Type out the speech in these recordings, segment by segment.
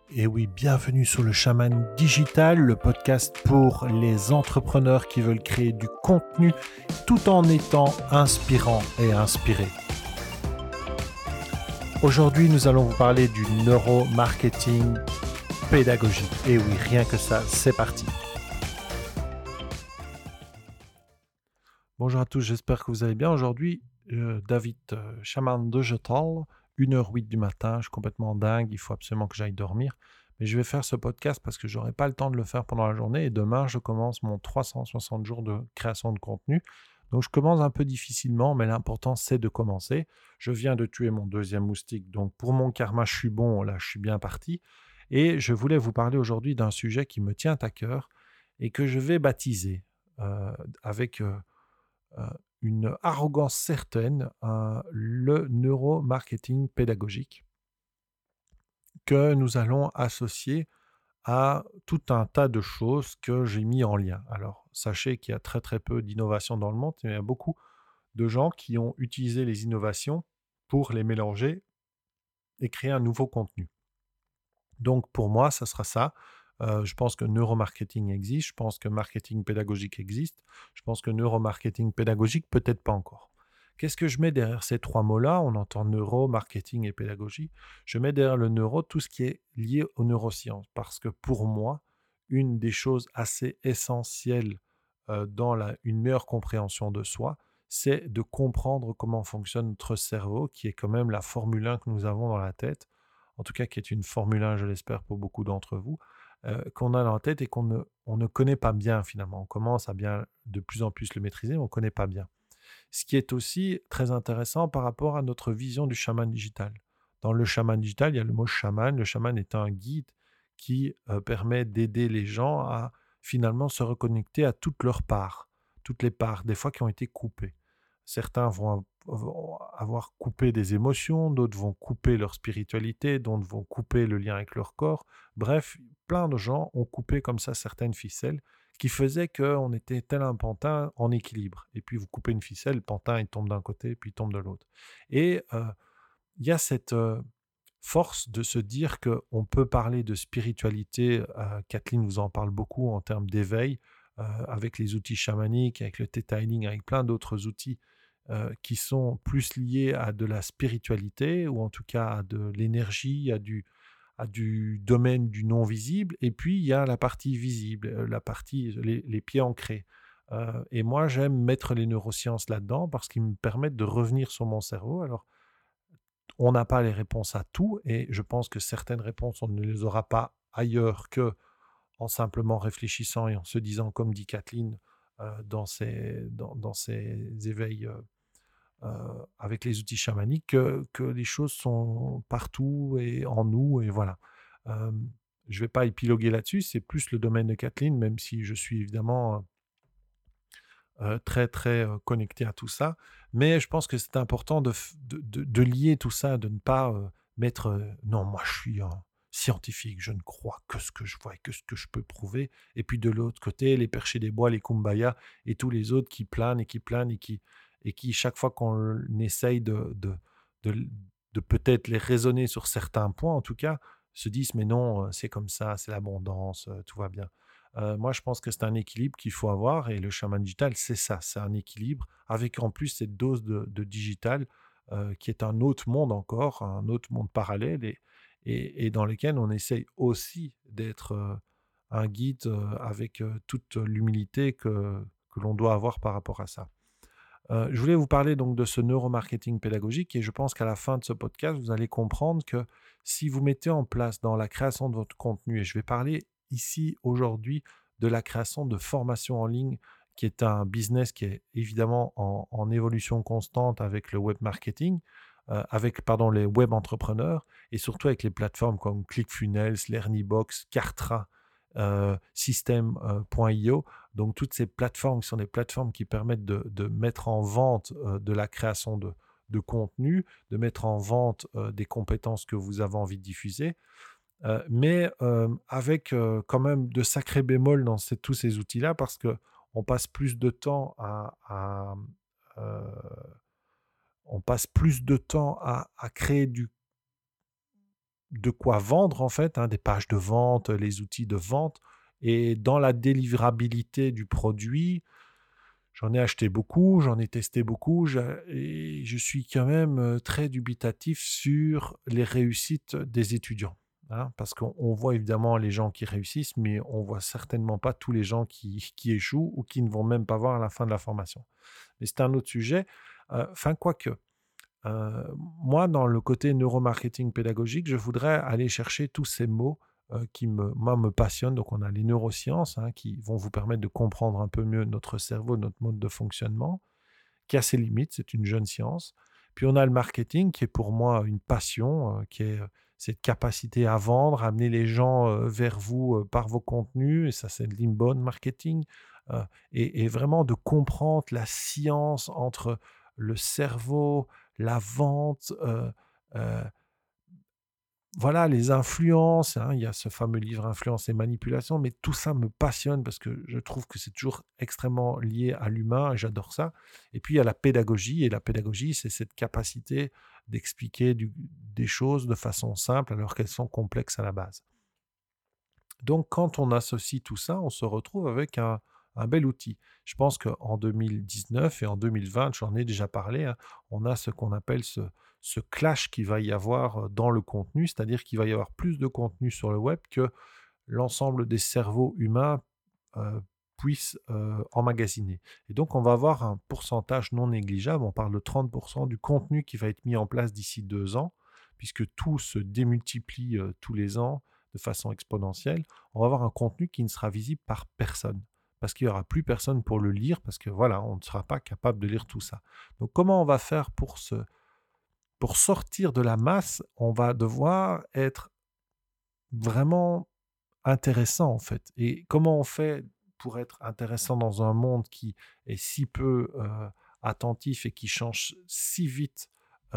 Et oui, bienvenue sur le Chaman Digital, le podcast pour les entrepreneurs qui veulent créer du contenu tout en étant inspirants et inspirés. Aujourd'hui, nous allons vous parler du neuromarketing pédagogique. Et oui, rien que ça, c'est parti. Bonjour à tous, j'espère que vous allez bien. Aujourd'hui, David Chaman Digital, 1h08 du matin, je suis complètement dingue, il faut absolument que j'aille dormir. Mais je vais faire ce podcast parce que je n'aurai pas le temps de le faire pendant la journée. Et demain, je commence mon 360 jours de création de contenu. Donc, je commence un peu difficilement, mais l'important, c'est de commencer. Je viens de tuer mon deuxième moustique. Donc, pour mon karma, je suis bon. Là, je suis bien parti. Et je voulais vous parler aujourd'hui d'un sujet qui me tient à cœur et que je vais baptiser avec une arrogance certaine, le neuromarketing pédagogique que nous allons associer à tout un tas de choses que j'ai mis en lien. Alors, sachez qu'il y a très très peu d'innovations dans le monde, mais il y a beaucoup de gens qui ont utilisé les innovations pour les mélanger et créer un nouveau contenu. Donc pour moi, ça sera ça. Je pense que neuromarketing existe, je pense que marketing pédagogique existe, je pense que neuromarketing pédagogique peut-être pas encore. Qu'est-ce que je mets derrière ces trois mots-là? On entend neuro, marketing et pédagogie. Je mets derrière le neuro tout ce qui est lié aux neurosciences parce que pour moi, une des choses assez essentielles dans une meilleure compréhension de soi, c'est de comprendre comment fonctionne notre cerveau, qui est quand même la Formule 1 que nous avons dans la tête, en tout cas qui est une Formule 1, je l'espère, pour beaucoup d'entre vous, qu'on a dans la tête et on ne connaît pas bien finalement. On commence à bien de plus en plus le maîtriser, mais on ne connaît pas bien. Ce qui est aussi très intéressant par rapport à notre vision du chaman digital. Dans le chaman digital, il y a le mot chaman. Le chaman est un guide qui permet d'aider les gens à finalement se reconnecter à toutes les parts, des fois qui ont été coupées. Certains vont avoir coupé des émotions, d'autres vont couper leur spiritualité, d'autres vont couper le lien avec leur corps. Bref, plein de gens ont coupé comme ça certaines ficelles qui faisait qu'on était tel un pantin en équilibre. Et puis vous coupez une ficelle, le pantin il tombe d'un côté, puis il tombe de l'autre. Et il y a cette force de se dire qu'on peut parler de spiritualité. Kathleen vous en parle beaucoup en termes d'éveil, avec les outils chamaniques, avec le theta healing, avec plein d'autres outils qui sont plus liés à de la spiritualité, ou en tout cas à de l'énergie, à du domaine du non visible, et puis il y a la partie visible, la partie, les pieds ancrés. Et moi, j'aime mettre les neurosciences là-dedans parce qu'ils me permettent de revenir sur mon cerveau. Alors, on n'a pas les réponses à tout, et je pense que certaines réponses, on ne les aura pas ailleurs que en simplement réfléchissant et en se disant, comme dit Kathleen, dans ses éveils avec les outils chamaniques, que les choses sont partout et en nous, et voilà. Euh, je ne vais pas épiloguer là-dessus, c'est plus le domaine de Kathleen, même si je suis évidemment très très connecté à tout ça. Mais je pense que c'est important de lier tout ça, de ne pas mettre non, moi je suis un scientifique, je ne crois que ce que je vois et que ce que je peux prouver. Et puis de l'autre côté, les perchés des bois, les kumbaya et tous les autres qui planent et qui planent et qui chaque fois qu'on essaye de, de peut-être les raisonner sur certains points, en tout cas, se disent mais non, c'est comme ça, c'est l'abondance, tout va bien. Moi, je pense que c'est un équilibre qu'il faut avoir, et le chaman digital, c'est ça, c'est un équilibre avec en plus cette dose de digital qui est un autre monde encore, un autre monde parallèle, et dans lequel on essaye aussi d'être un guide avec toute l'humilité que l'on doit avoir par rapport à ça. Je voulais vous parler donc de ce neuromarketing pédagogique, et je pense qu'à la fin de ce podcast, vous allez comprendre que si vous mettez en place dans la création de votre contenu, et je vais parler ici aujourd'hui de la création de formations en ligne, qui est un business qui est évidemment en évolution constante avec le web marketing, avec pardon, les web entrepreneurs, et surtout avec les plateformes comme ClickFunnels, Learnybox, Kartra, System.io. Donc toutes ces plateformes qui sont des plateformes qui permettent de mettre en vente de la création de contenu, de mettre en vente des compétences que vous avez envie de diffuser, mais avec quand même de sacrés bémols dans tous ces outils-là, parce qu'on passe plus de temps euh, on passe plus de temps à créer de quoi vendre en fait, hein, des pages de vente, les outils de vente. Et dans la délivrabilité du produit, j'en ai acheté beaucoup, j'en ai testé beaucoup, et je suis quand même très dubitatif sur les réussites des étudiants, hein, parce qu'on voit évidemment les gens qui réussissent, mais on voit certainement pas tous les gens qui échouent ou qui ne vont même pas voir à la fin de la formation. Mais c'est un autre sujet. Enfin, quoique. Moi, dans le côté neuromarketing pédagogique, je voudrais aller chercher tous ces mots qui moi, me passionnent. Donc, on a les neurosciences, hein, qui vont vous permettre de comprendre un peu mieux notre cerveau, notre mode de fonctionnement, qui a ses limites, c'est une jeune science. Puis, on a le marketing, qui est pour moi une passion, qui est cette capacité à vendre, à amener les gens vers vous par vos contenus, et ça, c'est de l'inbound marketing, euh, et vraiment de comprendre la science entre le cerveau, la vente, euh, voilà, les influences, hein, il y a ce fameux livre Influence et manipulation, mais tout ça me passionne parce que je trouve que c'est toujours extrêmement lié à l'humain et j'adore ça. Et puis il y a la pédagogie, et la pédagogie, c'est cette capacité d'expliquer des choses de façon simple alors qu'elles sont complexes à la base. Donc, quand on associe tout ça, on se retrouve avec un bel outil. Je pense qu'en 2019 et en 2020, j'en ai déjà parlé, hein, on a ce qu'on appelle ce clash qu'il va y avoir dans le contenu, c'est-à-dire qu'il va y avoir plus de contenu sur le web que l'ensemble des cerveaux humains euh, puissent emmagasiner. Et donc, on va avoir un pourcentage non négligeable, on parle de 30% du contenu qui va être mis en place d'ici 2 ans, puisque tout se démultiplie tous les ans de façon exponentielle. On va avoir un contenu qui ne sera visible par personne, parce qu'il n'y aura plus personne pour le lire, parce que voilà, on ne sera pas capable de lire tout ça. Donc, comment on va faire pour sortir de la masse? On va devoir être vraiment intéressant en fait. Et comment on fait pour être intéressant dans un monde qui est si peu attentif et qui change si vite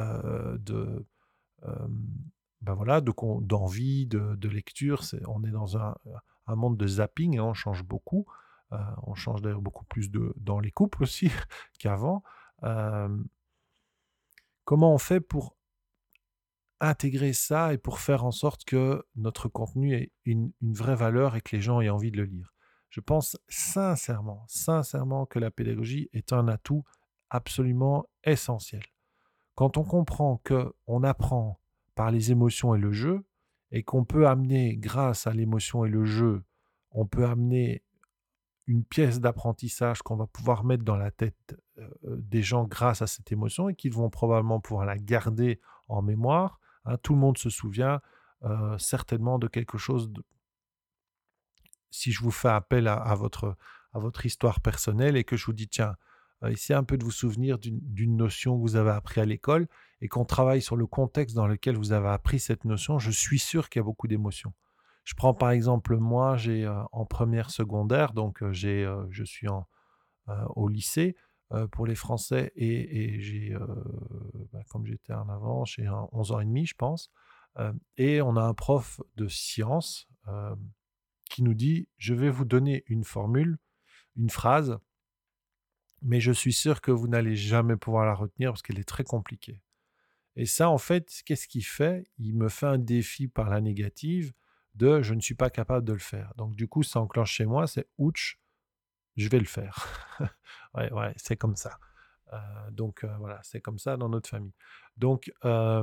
de euh, ben voilà, d'envie, de lecture. On est dans un monde de zapping, hein, on change beaucoup. On change d'ailleurs beaucoup plus dans les couples aussi qu'avant. Euh, Comment on fait pour intégrer ça et pour faire en sorte que notre contenu ait une vraie valeur et que les gens aient envie de le lire? Je pense sincèrement, sincèrement que la pédagogie est un atout absolument essentiel. Quand on comprend que on apprend par les émotions et le jeu, et qu'on peut amener, grâce à l'émotion et le jeu, on peut amener une pièce d'apprentissage qu'on va pouvoir mettre dans la tête des gens grâce à cette émotion et qu'ils vont probablement pouvoir la garder en mémoire, hein. Tout le monde se souvient certainement de quelque chose. Si je vous fais appel à votre histoire personnelle et que je vous dis, tiens, essayez un peu de vous souvenir d'une notion que vous avez appris à l'école et qu'on travaille sur le contexte dans lequel vous avez appris cette notion, je suis sûr qu'il y a beaucoup d'émotions. Je prends par exemple moi, j'ai en première secondaire, donc je suis au lycée pour les Français et j'ai, comme j'étais en avant, j'ai 11 ans et demi, je pense. Et on a un prof de sciences qui nous dit, je vais vous donner une formule, une phrase, mais je suis sûr que vous n'allez jamais pouvoir la retenir parce qu'elle est très compliquée. Et ça, en fait, qu'est-ce qu'il fait? Il me fait un défi par la négative de je ne suis pas capable de le faire. Donc, du coup, ça enclenche chez moi, c'est ouch, je vais le faire. Ouais, ouais, c'est comme ça. Donc, voilà, c'est comme ça dans notre famille. Donc,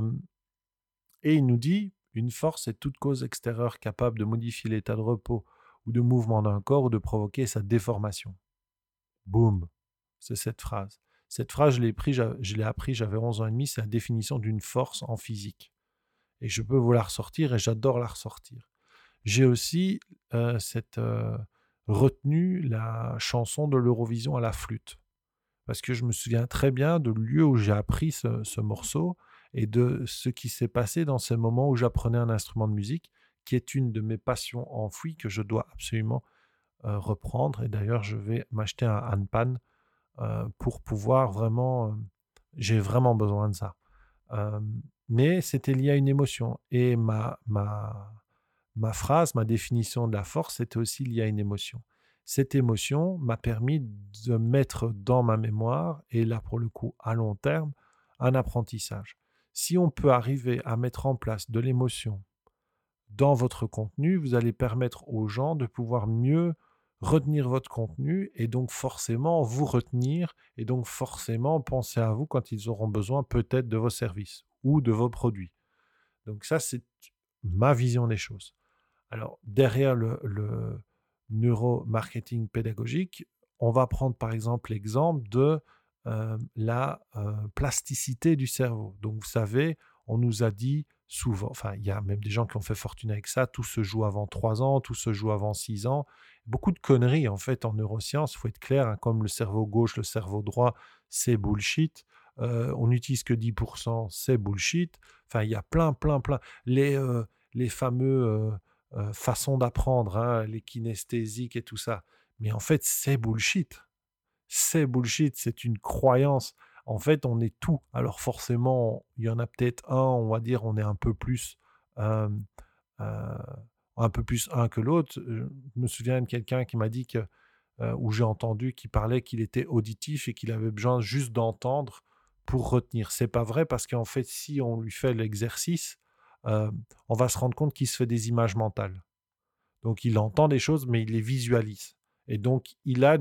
et il nous dit, une force est toute cause extérieure capable de modifier l'état de repos ou de mouvement d'un corps ou de provoquer sa déformation. Boum, c'est cette phrase. Cette phrase, je l'ai appris, j'avais 11 ans et demi, c'est la définition d'une force en physique. Et je peux vous la ressortir et j'adore la ressortir. J'ai aussi retenu la chanson de l'Eurovision à la flûte. Parce que je me souviens très bien de lieu où j'ai appris ce morceau et de ce qui s'est passé dans ces moments où j'apprenais un instrument de musique, qui est une de mes passions enfouies que je dois absolument reprendre. Et d'ailleurs, je vais m'acheter un handpan pour pouvoir vraiment... j'ai vraiment besoin de ça. Euh, mais c'était lié à une émotion. Et ma phrase, ma définition de la force, c'était aussi lié à une émotion. Cette émotion m'a permis de mettre dans ma mémoire, et là pour le coup à long terme, un apprentissage. Si on peut arriver à mettre en place de l'émotion dans votre contenu, vous allez permettre aux gens de pouvoir mieux retenir votre contenu et donc forcément vous retenir et donc forcément penser à vous quand ils auront besoin peut-être de vos services ou de vos produits. Donc ça, c'est ma vision des choses. Alors, derrière le neuromarketing pédagogique, on va prendre par exemple l'exemple de la plasticité du cerveau. Donc, vous savez, on nous a dit souvent, enfin, il y a même des gens qui ont fait fortune avec ça, tout se joue avant 3 ans, tout se joue avant 6 ans. Beaucoup de conneries en fait en neurosciences, il faut être clair, hein, comme le cerveau gauche, le cerveau droit, c'est bullshit. On n'utilise que 10%, c'est bullshit. Enfin, il y a plein. Les fameux façons d'apprendre, hein, les kinesthésiques et tout ça. Mais en fait, c'est bullshit. C'est bullshit, c'est une croyance. En fait, on est tout. Alors forcément, il y en a peut-être un, on va dire, on est euh, euh, un peu plus un que l'autre. Je me souviens de quelqu'un qui m'a dit que, où j'ai entendu qu'il parlait qu'il était auditif et qu'il avait besoin juste d'entendre pour retenir. C'est pas vrai parce qu'en fait, si on lui fait l'exercice, euh, on va se rendre compte qu'il se fait des images mentales. Donc il entend des choses, mais il les visualise. Et donc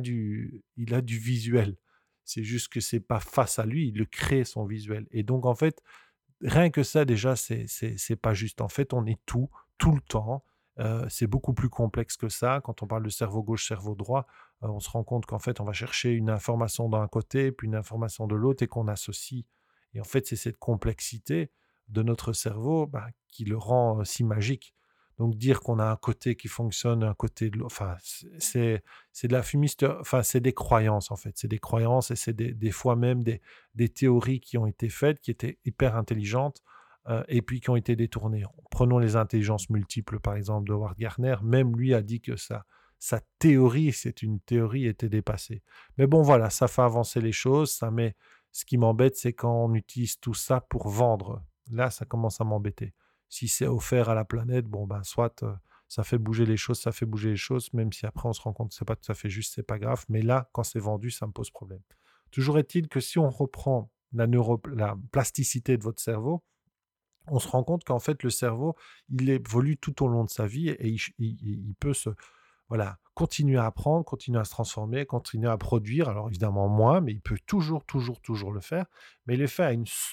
il a du visuel. C'est juste que c'est pas face à lui, il le crée son visuel. Et donc en fait, rien que ça déjà, c'est pas juste. En fait, on est tout le temps. C'est beaucoup plus complexe que ça. Quand on parle de cerveau gauche, cerveau droit, on se rend compte qu'en fait, on va chercher une information d'un côté, puis une information de l'autre, et qu'on associe. Et en fait, c'est cette complexité de notre cerveau qui le rend si magique. Donc dire qu'on a un côté qui fonctionne, un côté de l'autre, enfin, c'est de la fumiste, enfin, c'est des croyances en fait. C'est des croyances et c'est des fois même des théories qui ont été faites, qui étaient hyper intelligentes, et puis qui ont été détournées. Prenons les intelligences multiples, par exemple, de Howard Gardner. Même lui a dit que sa théorie, c'est une théorie, était dépassée. Mais bon, voilà, ça fait avancer les choses. Ce qui m'embête, c'est quand on utilise tout ça pour vendre. Là, ça commence à m'embêter. Si c'est offert à la planète, bon, ben, soit ça fait bouger les choses, ça fait bouger les choses, même si après on se rend compte que c'est pas tout à fait juste, c'est pas grave. Mais là, quand c'est vendu, ça me pose problème. Toujours est-il que si on reprend la plasticité de votre cerveau, on se rend compte qu'en fait, le cerveau, il évolue tout au long de sa vie et il peut voilà, continuer à apprendre, continuer à se transformer, continuer à produire. Alors évidemment moins, mais il peut toujours le faire. Mais il le fait à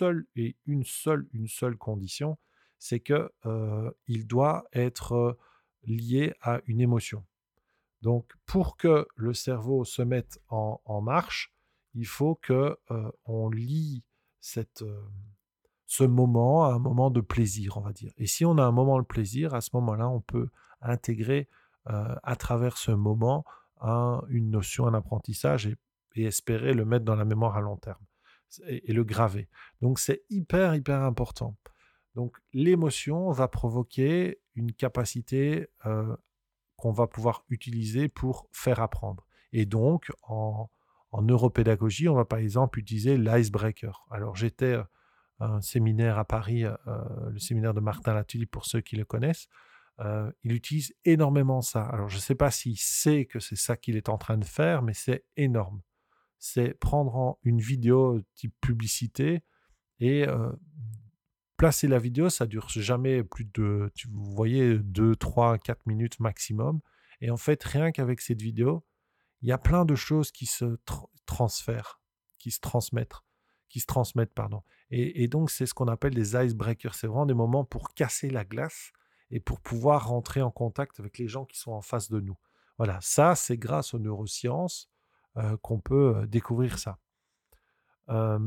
une seule condition, c'est que il doit être lié à une émotion. Donc, pour que le cerveau se mette en marche, il faut que on lie cette, ce moment à un moment de plaisir, on va dire. Et si on a un moment de plaisir, à ce moment-là, on peut intégrer à travers ce moment une notion, un apprentissage et espérer le mettre dans la mémoire à long terme et le graver. Donc, c'est hyper important. Donc, l'émotion va provoquer une capacité qu'on va pouvoir utiliser pour faire apprendre. Et donc, en neuropédagogie, on va par exemple utiliser l'icebreaker. Alors, j'étais à un séminaire à Paris, le séminaire de Martin Latulippe, pour ceux qui le connaissent. Il utilise énormément ça. Alors, je ne sais pas s'il sait que c'est ça qu'il est en train de faire, mais c'est énorme. C'est prendre une vidéo type publicité et placer la vidéo, ça dure jamais plus de, vous voyez, 2, 3, 4 minutes maximum. Et en fait, rien qu'avec cette vidéo, il y a plein de choses qui se transfèrent, qui se transmettent, pardon. Et donc, c'est ce qu'on appelle des icebreakers. C'est vraiment des moments pour casser la glace et pour pouvoir rentrer en contact avec les gens qui sont en face de nous. Voilà, ça, c'est grâce aux neurosciences qu'on peut découvrir ça. Euh,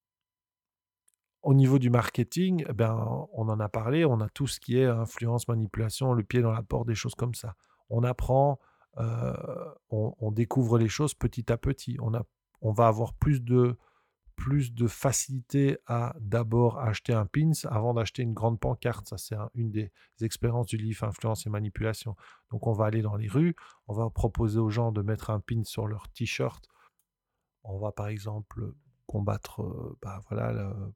Au niveau du marketing, eh ben, on en a parlé, on a tout ce qui est influence, manipulation, le pied dans la porte, des choses comme ça. On apprend, euh, on découvre les choses petit à petit. On va avoir plus de facilité à d'abord acheter un pins avant d'acheter une grande pancarte. Ça, c'est une des expériences du livre Influence et manipulation. Donc, on va aller dans les rues, on va proposer aux gens de mettre un pin sur leur t-shirt. On va par exemple combattre voilà,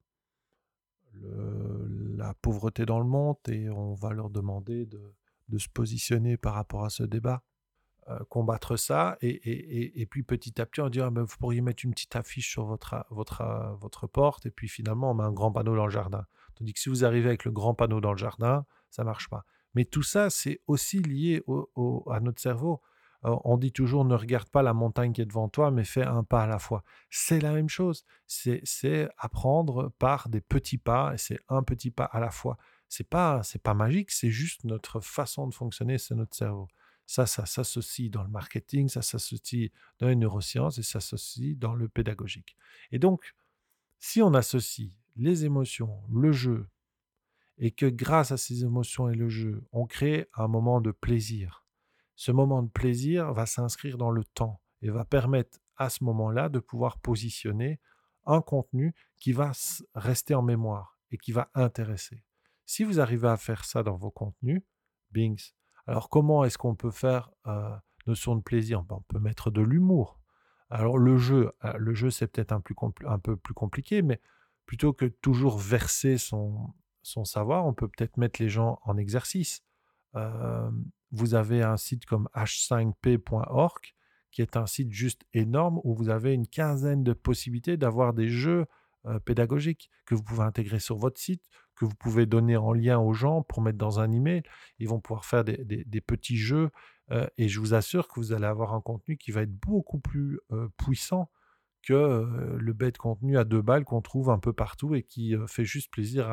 la pauvreté dans le monde et on va leur demander de se positionner par rapport à ce débat, combattre ça et puis petit à petit on dit ah, ben, vous pourriez mettre une petite affiche sur votre porte et puis finalement on met un grand panneau dans le jardin. Tandis que si vous arrivez avec le grand panneau dans le jardin, ça marche pas. Mais tout ça, c'est aussi lié à notre cerveau. On dit toujours ne regarde pas la montagne qui est devant toi, mais fais un pas à la fois. C'est la même chose. C'est apprendre par des petits pas et c'est un petit pas à la fois. C'est pas magique, c'est juste notre façon de fonctionner, c'est notre cerveau. Ça s'associe dans le marketing, ça s'associe dans les neurosciences et ça s'associe dans le pédagogique. Et donc, si on associe les émotions, le jeu, et que grâce à ces émotions et le jeu, on crée un moment de plaisir. Ce moment de plaisir va s'inscrire dans le temps et va permettre à ce moment-là de pouvoir positionner un contenu qui va rester en mémoire et qui va intéresser. Si vous arrivez à faire ça dans vos contenus, bings. Alors comment est-ce qu'on peut faire notion de plaisir? On peut mettre de l'humour. Alors le jeu c'est peut-être un peu plus compliqué, mais plutôt que toujours verser son savoir, on peut peut-être mettre les gens en exercice. Euh, Vous avez un site comme h5p.org qui est un site juste énorme où vous avez une quinzaine de possibilités d'avoir des jeux pédagogiques que vous pouvez intégrer sur votre site, que vous pouvez donner en lien aux gens pour mettre dans un email. Ils vont pouvoir faire des petits jeux et je vous assure que vous allez avoir un contenu qui va être beaucoup plus puissant que le bête contenu à 2 balles qu'on trouve un peu partout et qui fait juste plaisir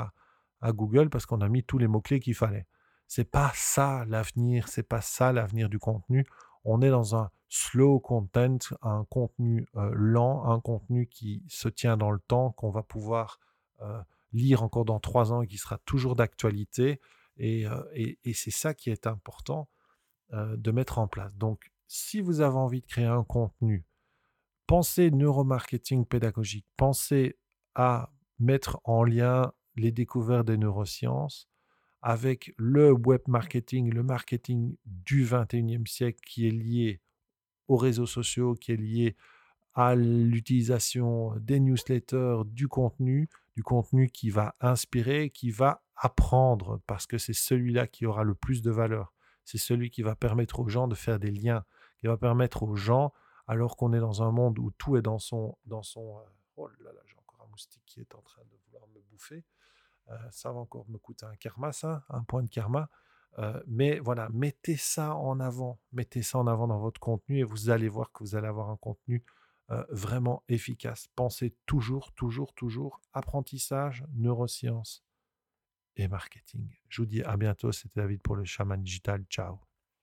à Google parce qu'on a mis tous les mots-clés qu'il fallait. C'est pas ça l'avenir, c'est pas ça l'avenir du contenu. On est dans un slow content, un contenu lent, un contenu qui se tient dans le temps, qu'on va pouvoir lire encore dans 3 ans et qui sera toujours d'actualité. Et c'est ça qui est important de mettre en place. Donc, si vous avez envie de créer un contenu, pensez neuromarketing pédagogique, pensez à mettre en lien les découvertes des neurosciences avec le web marketing, le marketing du 21e siècle qui est lié aux réseaux sociaux, qui est lié à l'utilisation des newsletters, du contenu qui va inspirer, qui va apprendre, parce que c'est celui-là qui aura le plus de valeur. C'est celui qui va permettre aux gens de faire des liens, qui va permettre aux gens, alors qu'on est dans un monde où tout est dans son oh là là, j'ai encore un moustique qui est en train de vouloir me bouffer. Ça va encore me coûter un karma, ça, un point de karma. Mais voilà, mettez ça en avant dans votre contenu et vous allez voir que vous allez avoir un contenu vraiment efficace. Pensez toujours apprentissage, neurosciences et marketing. Je vous dis à bientôt, c'était David pour le Chaman Digital. Ciao.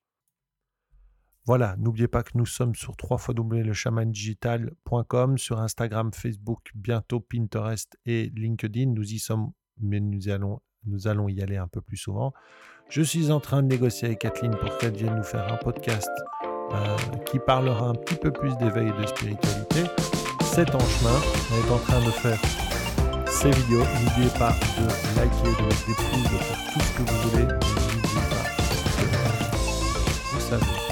Voilà, n'oubliez pas que nous sommes sur www.lechamandigital.com, sur Instagram, Facebook, bientôt Pinterest et LinkedIn. Nous y sommes, mais nous allons y aller un peu plus souvent. Je suis en train de négocier avec Kathleen pour qu'elle vienne nous faire un podcast qui parlera un petit peu plus d'éveil et de spiritualité. C'est en chemin, on est en train de faire ces vidéos. N'oubliez pas de liker, de mettre des pouces, de faire tout ce que vous voulez. N'oubliez pas de vous savez.